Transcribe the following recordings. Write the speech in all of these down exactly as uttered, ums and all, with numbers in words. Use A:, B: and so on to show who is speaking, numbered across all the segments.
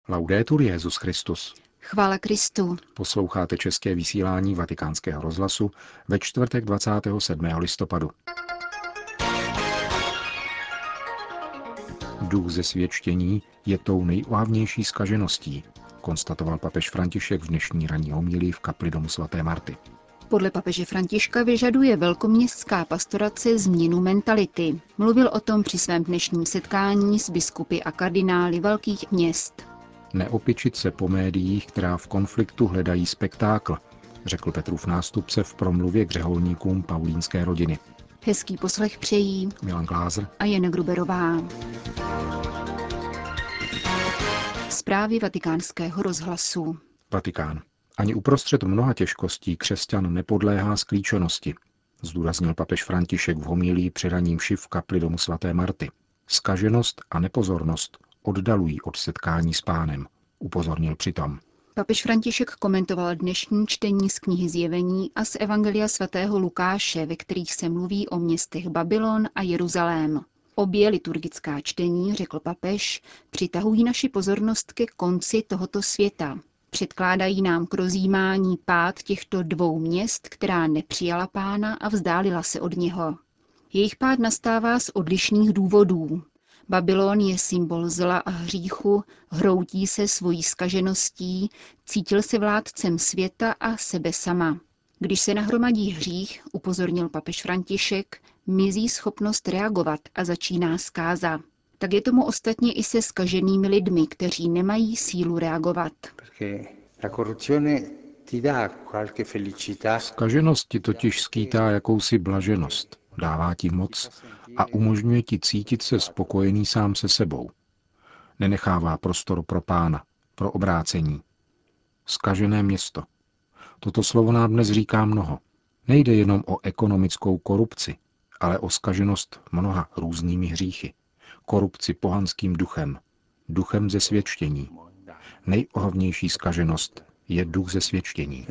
A: Laudetur Jesus Christus.
B: Chvála Kristu.
A: Posloucháte české vysílání Vatikánského rozhlasu ve čtvrtek dvacátého sedmého listopadu. Duch zesvědčení je tou nejohavnější zkažeností, konstatoval papež František v dnešní ranní homílii v kapli domu svaté Marty.
B: Podle papeže Františka vyžaduje velkoměstská pastorace změnu mentality. Mluvil o tom při svém dnešním setkání s biskupy a kardinály velkých měst.
A: Neopičit se po médiích, která v konfliktu hledají spektákl, řekl Petrův nástupce v promluvě k řeholníkům paulínské rodiny.
B: Hezký poslech přejí
A: Milan Glázer
B: a Jana Gruberová. Zprávy Vatikánského rozhlasu.
A: Vatikán. Ani uprostřed mnoha těžkostí křesťan nepodléhá sklíčenosti, zdůraznil papež František v homílii při raním mši v kapli domu svaté Marty. Zkaženost a nepozornost oddalují od setkání s Pánem, upozornil přitom.
B: Papež František komentoval dnešní čtení z knihy Zjevení a z Evangelia svatého Lukáše, ve kterých se mluví o městech Babylon a Jeruzalém. Obě liturgická čtení, řekl papež, přitahují naši pozornost ke konci tohoto světa. Předkládají nám k rozjímání pád těchto dvou měst, která nepřijala Pána a vzdálila se od něho. Jejich pád nastává z odlišných důvodů. Babylon je symbol zla a hříchu, hroutí se svojí zkažeností, cítil se vládcem světa a sebe sama. Když se nahromadí hřích, upozornil papež František, mizí schopnost reagovat a začíná zkáza. Tak je tomu ostatně i se zkaženými lidmi, kteří nemají sílu reagovat.
A: Zkaženost ti totiž skýtá jakousi blaženost, dává ti moc a umožňuje ti cítit se spokojený sám se sebou. Nenechává prostor pro Pána, pro obrácení. Zkažené město. Toto slovo nám dnes říká mnoho. Nejde jenom o ekonomickou korupci, ale o zkaženost mnoha různými hříchy. Korupci pohanským duchem, duchem zesvědčení. Nejohavnější zkaženost je duch zesvědčení.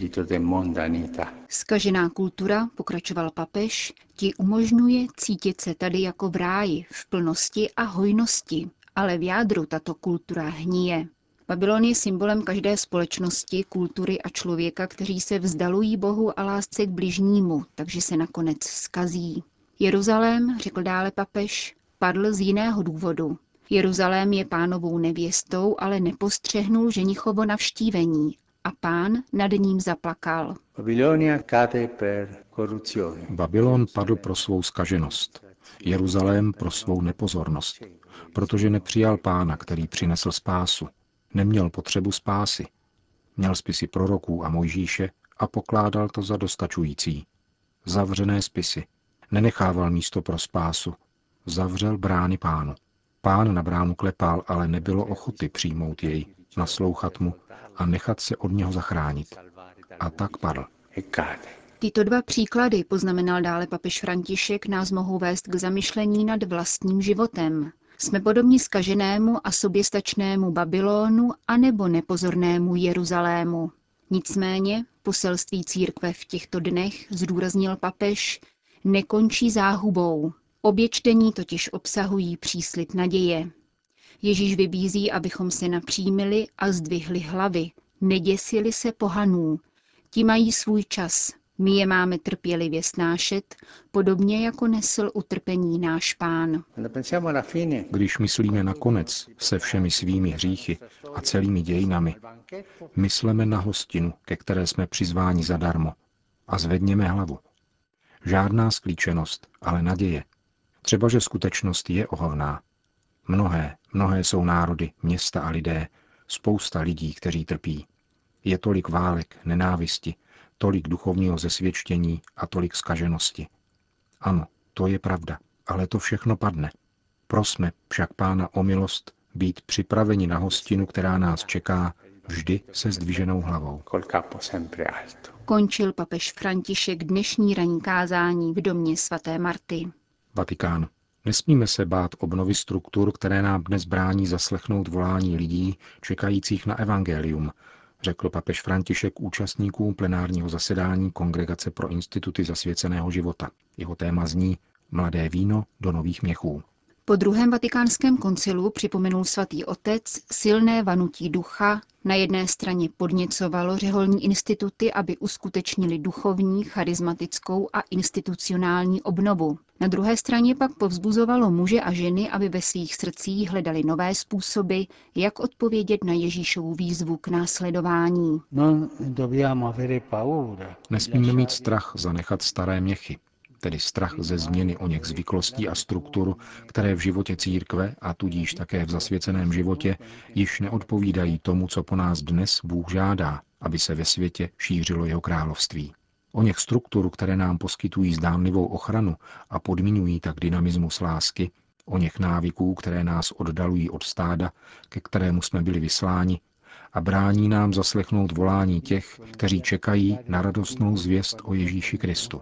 B: Zkažená kultura, pokračoval papež, ti umožňuje cítit se tady jako v ráji, v plnosti a hojnosti, ale v jádru tato kultura hníje. Babylon je symbolem každé společnosti, kultury a člověka, kteří se vzdalují Bohu a lásce k bližnímu, takže se nakonec zkazí. Jeruzalém, řekl dále papež, padl z jiného důvodu. Jeruzalém je Pánovou nevěstou, ale nepostřehnul ženichovo navštívení a Pán nad ním zaplakal.
A: Babylon padl pro svou zkaženost, Jeruzalém pro svou nepozornost, protože nepřijal Pána, který přinesl spásu. Neměl potřebu spásy. Měl spisy proroků a Mojžíše a pokládal to za dostačující. Zavřené spisy. Nenechával místo pro spásu. Zavřel brány Pánu. Pán na bránu klepal, ale nebylo ochoty přijmout jej, naslouchat mu a nechat se od něho zachránit. A tak padl.
B: Tyto dva příklady, poznamenal dále papež František, nás mohou vést k zamyšlení nad vlastním životem. Jsme podobni zkaženému a soběstačnému Babylonu anebo nepozornému Jeruzalému. Nicméně poselství církve v těchto dnech, zdůraznil papež, nekončí záhubou. Obě čtení totiž obsahují příslib naděje. Ježíš vybízí, abychom se napřímili a zdvihli hlavy, neděsili se pohanů. Ti mají svůj čas, my je máme trpělivě snášet, podobně jako nesl utrpení náš Pán.
A: Když myslíme na konec se všemi svými hříchy a celými dějinami, mysleme na hostinu, ke které jsme přizváni zadarmo, a zvedněme hlavu. Žádná sklíčenost, ale naděje. Třeba, že skutečnost je ohavná. Mnohé, mnohé jsou národy, města a lidé, spousta lidí, kteří trpí. Je tolik válek, nenávisti, tolik duchovního zesvědčení a tolik zkaženosti. Ano, to je pravda, ale to všechno padne. Prosme však Pána o milost být připraveni na hostinu, která nás čeká, vždy se zdviženou hlavou.
B: Končil papež František dnešní ranní kázání v domě svaté Marty.
A: Vatikán. Nesmíme se bát obnovy struktur, které nám dnes brání zaslechnout volání lidí čekajících na evangelium, řekl papež František účastníkům plenárního zasedání Kongregace pro instituty zasvěceného života. Jeho téma zní Mladé víno do nových měchů.
B: Po druhém vatikánském koncilu připomenul svatý otec silné vanutí ducha, na jedné straně podněcovalo řeholní instituty, aby uskutečnili duchovní, charismatickou a institucionální obnovu. Na druhé straně pak povzbuzovalo muže a ženy, aby ve svých srdcích hledali nové způsoby, jak odpovědět na Ježíšovu výzvu k následování.
A: Nesmíme mít strach zanechat staré měchy, tedy strach ze změny oněch zvyklostí a struktur, které v životě církve a tudíž také v zasvěceném životě již neodpovídají tomu, co po nás dnes Bůh žádá, aby se ve světě šířilo jeho království. Oněch struktur, které nám poskytují zdánlivou ochranu a podmiňují tak dynamismus lásky, oněch návyků, které nás oddalují od stáda, ke kterému jsme byli vysláni, a brání nám zaslechnout volání těch, kteří čekají na radostnou zvěst o Ježíši Kristu.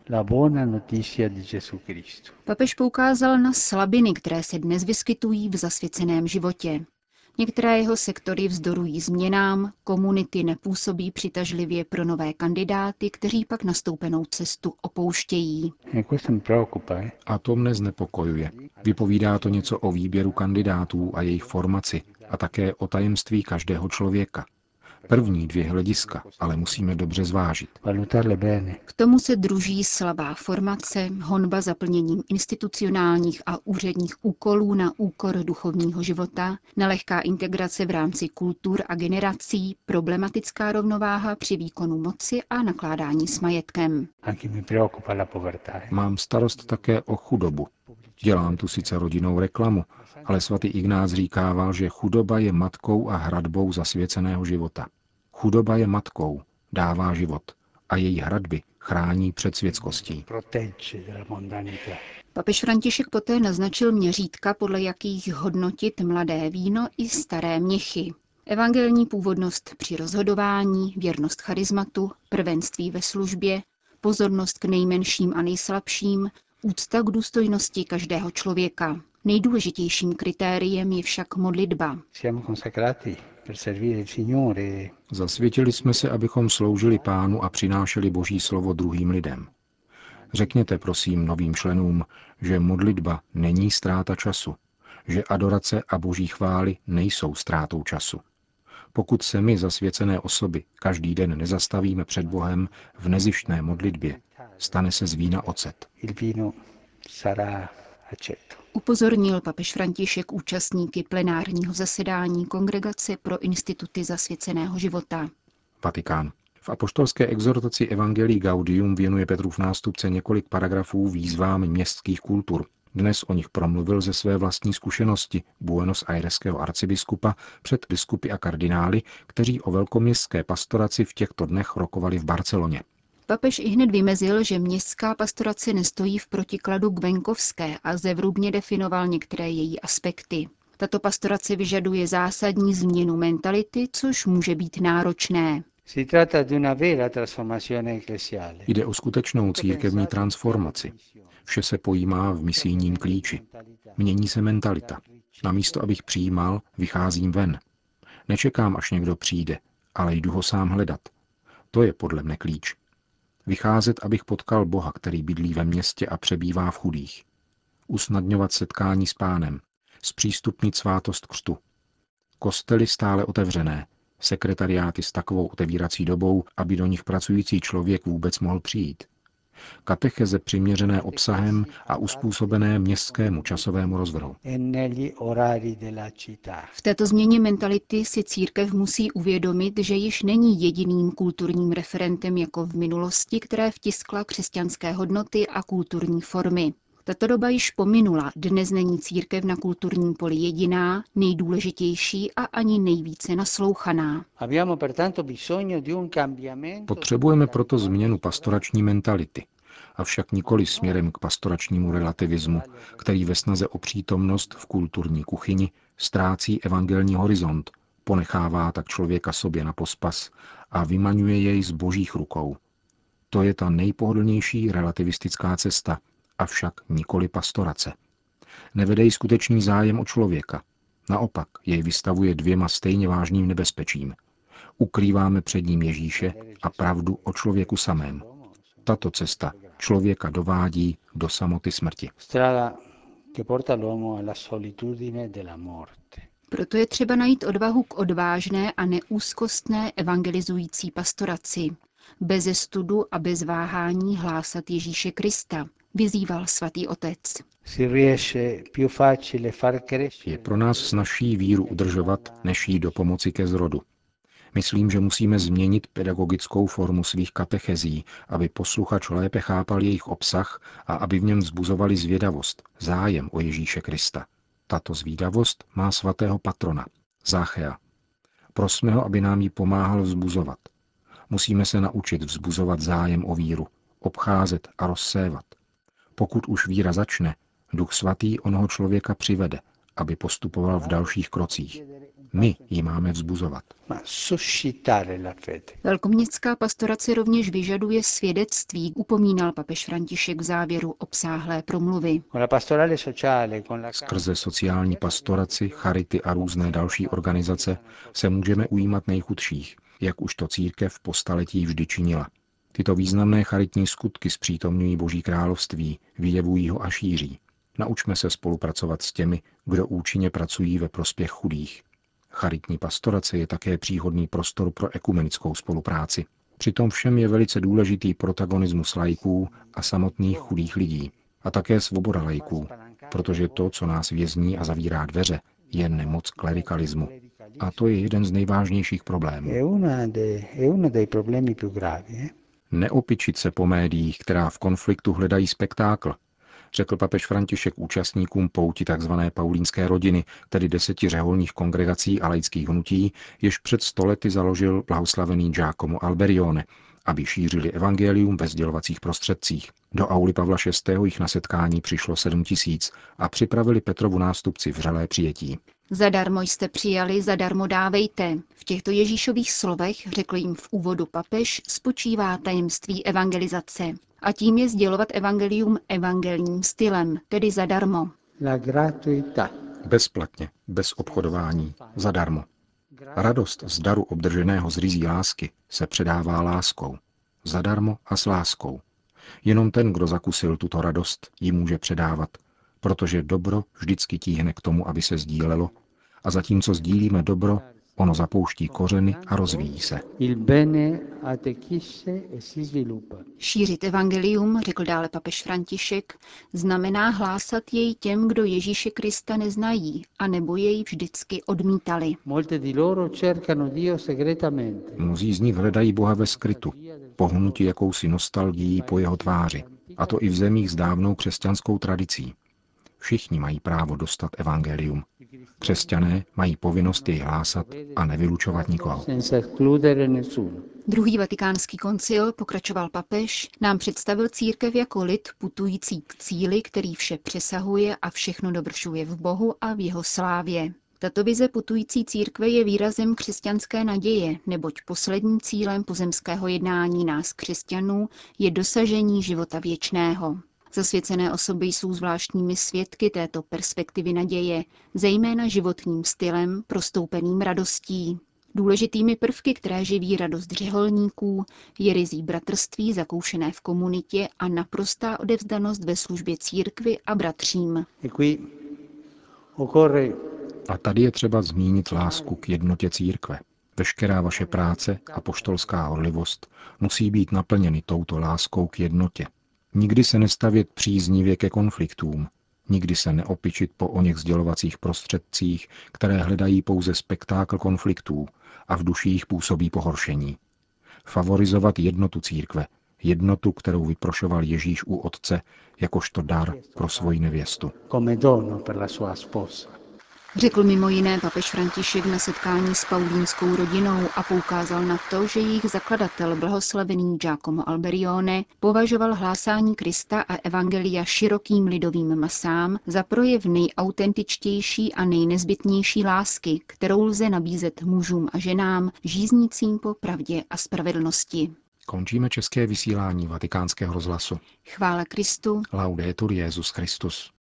B: Papež poukázal na slabiny, které se dnes vyskytují v zasvěceném životě. Některé jeho sektory vzdorují změnám, komunity nepůsobí přitažlivě pro nové kandidáty, kteří pak nastoupenou cestu opouštějí.
A: A to mne znepokojuje. Vypovídá to něco o výběru kandidátů a jejich formaci a také o tajemství každého člověka. První dvě hlediska ale musíme dobře zvážit.
B: K tomu se druží slabá formace, honba za plněním institucionálních a úředních úkolů na úkor duchovního života, nelehká integrace v rámci kultur a generací, problematická rovnováha při výkonu moci a nakládání s majetkem.
A: Mám starost také o chudobu. Dělám tu sice rodinnou reklamu, ale svatý Ignác říkával, že chudoba je matkou a hradbou zasvěceného života. Chudoba je matkou, dává život a její hradby chrání před světskostí.
B: Papež František poté naznačil měřítka, podle jakých hodnotit mladé víno i staré měchy. Evangelní původnost při rozhodování, věrnost charizmatu, prvenství ve službě, pozornost k nejmenším a nejslabším, úcta k důstojnosti každého člověka. Nejdůležitějším kritériem je však modlitba.
A: Zasvětili jsme se, abychom sloužili Pánu a přinášeli Boží slovo druhým lidem. Řekněte prosím novým členům, že modlitba není ztráta času, že adorace a Boží chvály nejsou ztrátou času. Pokud se my, zasvěcené osoby, každý den nezastavíme před Bohem v nezištné modlitbě, stane se z vína ocet.
B: Upozornil papež František účastníky plenárního zasedání Kongregace pro instituty zasvěceného života.
A: Vatikán. V apoštolské exhortaci Evangelii Gaudium věnuje Petrův nástupce několik paragrafů výzvám městských kultur. Dnes o nich promluvil ze své vlastní zkušenosti Buenos Aireského arcibiskupa před biskupy a kardinály, kteří o velkoměstské pastoraci v těchto dnech rokovali v Barceloně.
B: Papež ihned vymezil, že městská pastorace nestojí v protikladu k venkovské a zevrubně definoval některé její aspekty. Tato pastorace vyžaduje zásadní změnu mentality, což může být náročné.
A: Jde o skutečnou církevní transformaci. Vše se pojímá v misijním klíči. Mění se mentalita. Namísto, abych přijímal, vycházím ven. Nečekám, až někdo přijde, ale jdu ho sám hledat. To je podle mne klíč. Vycházet, abych potkal Boha, který bydlí ve městě a přebývá v chudých. Usnadňovat setkání s Pánem. Zpřístupnit svátost křtu. Kostely stále otevřené. Sekretariáty s takovou otevírací dobou, aby do nich pracující člověk vůbec mohl přijít. Katecheze přiměřené obsahem a uspůsobené městskému časovému rozvrhu.
B: V této změně mentality si církev musí uvědomit, že již není jediným kulturním referentem jako v minulosti, které vtiskla křesťanské hodnoty a kulturní formy. Tato doba již pominula, dnes není církev na kulturním poli jediná, nejdůležitější a ani nejvíce naslouchaná.
A: Potřebujeme proto změnu pastorační mentality, avšak nikoli směrem k pastoračnímu relativismu, který ve snaze o přítomnost v kulturní kuchyni ztrácí evangelní horizont, ponechává tak člověka sobě na pospas a vymaňuje jej z božích rukou. To je ta nejpohodlnější relativistická cesta, avšak nikoli pastorace. Nevede jí skutečný zájem o člověka. Naopak jej vystavuje dvěma stejně vážným nebezpečím. Ukrýváme před ním Ježíše a pravdu o člověku samém. Tato cesta člověka dovádí do samoty smrti.
B: Proto je třeba najít odvahu k odvážné a neúzkostné evangelizující pastoraci. Beze studu a bez váhání hlásat Ježíše Krista, vyzýval svatý otec.
A: Je pro nás snazší víru udržovat, než jí do pomoci ke zrodu. Myslím, že musíme změnit pedagogickou formu svých katechezí, aby posluchač lépe chápal jejich obsah a aby v něm vzbuzovali zvědavost, zájem o Ježíše Krista. Tato zvídavost má svatého patrona, Záchea. Prosme ho, aby nám ji pomáhal vzbuzovat. Musíme se naučit vzbuzovat zájem o víru, obcházet a rozsévat. Pokud už víra začne, Duch Svatý onoho člověka přivede, aby postupoval v dalších krocích. My ji máme vzbuzovat.
B: Velkoměstská pastorace rovněž vyžaduje svědectví, upomínal papež František v závěru obsáhlé promluvy.
A: Skrze sociální pastoraci, charity a různé další organizace se můžeme ujímat nejchudších, jak už to církev po staletí vždy činila. Tyto významné charitní skutky zpřítomňují Boží království, vyjevují ho a šíří. Naučme se spolupracovat s těmi, kdo účinně pracují ve prospěch chudých. Charitní pastorace je také příhodný prostor pro ekumenickou spolupráci. Přitom všem je velice důležitý protagonismus laiků a samotných chudých lidí. A také svoboda laiků, protože to, co nás vězní a zavírá dveře, je nemoc klerikalismu. A to je jeden z nejvážnějších problémů. Neopičit se po médiích, která v konfliktu hledají spektákl, řekl papež František účastníkům pouti tzv. Paulínské rodiny, tedy deseti řeholních kongregací a laických hnutí, jež před stolety založil blahoslavený Giacomo Alberione, aby šířili evangelium ve sdělovacích prostředcích. Do auly Pavla šestého jich na setkání přišlo sedm tisíc a připravili Petrovu nástupci vřelé přijetí.
B: Zadarmo jste přijali, zadarmo dávejte. V těchto Ježíšových slovech, řekl jim v úvodu papež, spočívá tajemství evangelizace. A tím je sdělovat evangelium evangelním stylem, tedy zadarmo.
A: Bezplatně, bez obchodování, zadarmo. Radost z daru obdrženého z ryzí lásky se předává láskou. Zadarmo a s láskou. Jenom ten, kdo zakusil tuto radost, ji může předávat, protože dobro vždycky tíhne k tomu, aby se sdílelo, a zatímco sdílíme dobro, ono zapouští kořeny a rozvíjí se.
B: Šířit evangelium, řekl dále papež František, znamená hlásat jej těm, kdo Ježíše Krista neznají, anebo jej vždycky odmítali.
A: Mnozí z nich hledají Boha ve skrytu, pohnuti jakousi nostalgií po jeho tváři, a to i v zemích s dávnou křesťanskou tradicí. Všichni mají právo dostat evangelium. Křesťané mají povinnost jej hlásat a nevylučovat nikoho.
B: Druhý vatikánský koncil, pokračoval papež, nám představil církev jako lid putující k cíli, který vše přesahuje a všechno dovršuje v Bohu a v jeho slávě. Tato vize putující církve je výrazem křesťanské naděje, neboť posledním cílem pozemského jednání nás křesťanů je dosažení života věčného. Zasvěcené osoby jsou zvláštními svědky této perspektivy naděje, zejména životním stylem prostoupeným radostí. Důležitými prvky, které živí radost řeholníků, je rizí bratrství zakoušené v komunitě a naprostá odevzdanost ve službě církvi a bratřím.
A: A tady je třeba zmínit lásku k jednotě církve. Veškerá vaše práce a apoštolská horlivost musí být naplněny touto láskou k jednotě. Nikdy se nestavět příznivě ke konfliktům, nikdy se neopičit po oněch sdělovacích prostředcích, které hledají pouze spektákl konfliktů a v duších působí pohoršení. Favorizovat jednotu církve, jednotu, kterou vyprošoval Ježíš u Otce, jakožto dar pro svoji nevěstu.
B: Řekl mimo jiné papež František na setkání s paulínskou rodinou a poukázal na to, že jejich zakladatel blahoslavený Giacomo Alberione považoval hlásání Krista a evangelia širokým lidovým masám za projev nejautentičtější a nejnezbytnější lásky, kterou lze nabízet mužům a ženám žíznícím po pravdě a spravedlnosti.
A: Končíme české vysílání Vatikánského rozhlasu.
B: Chvála Kristu.
A: Laudetur Jesus Christus.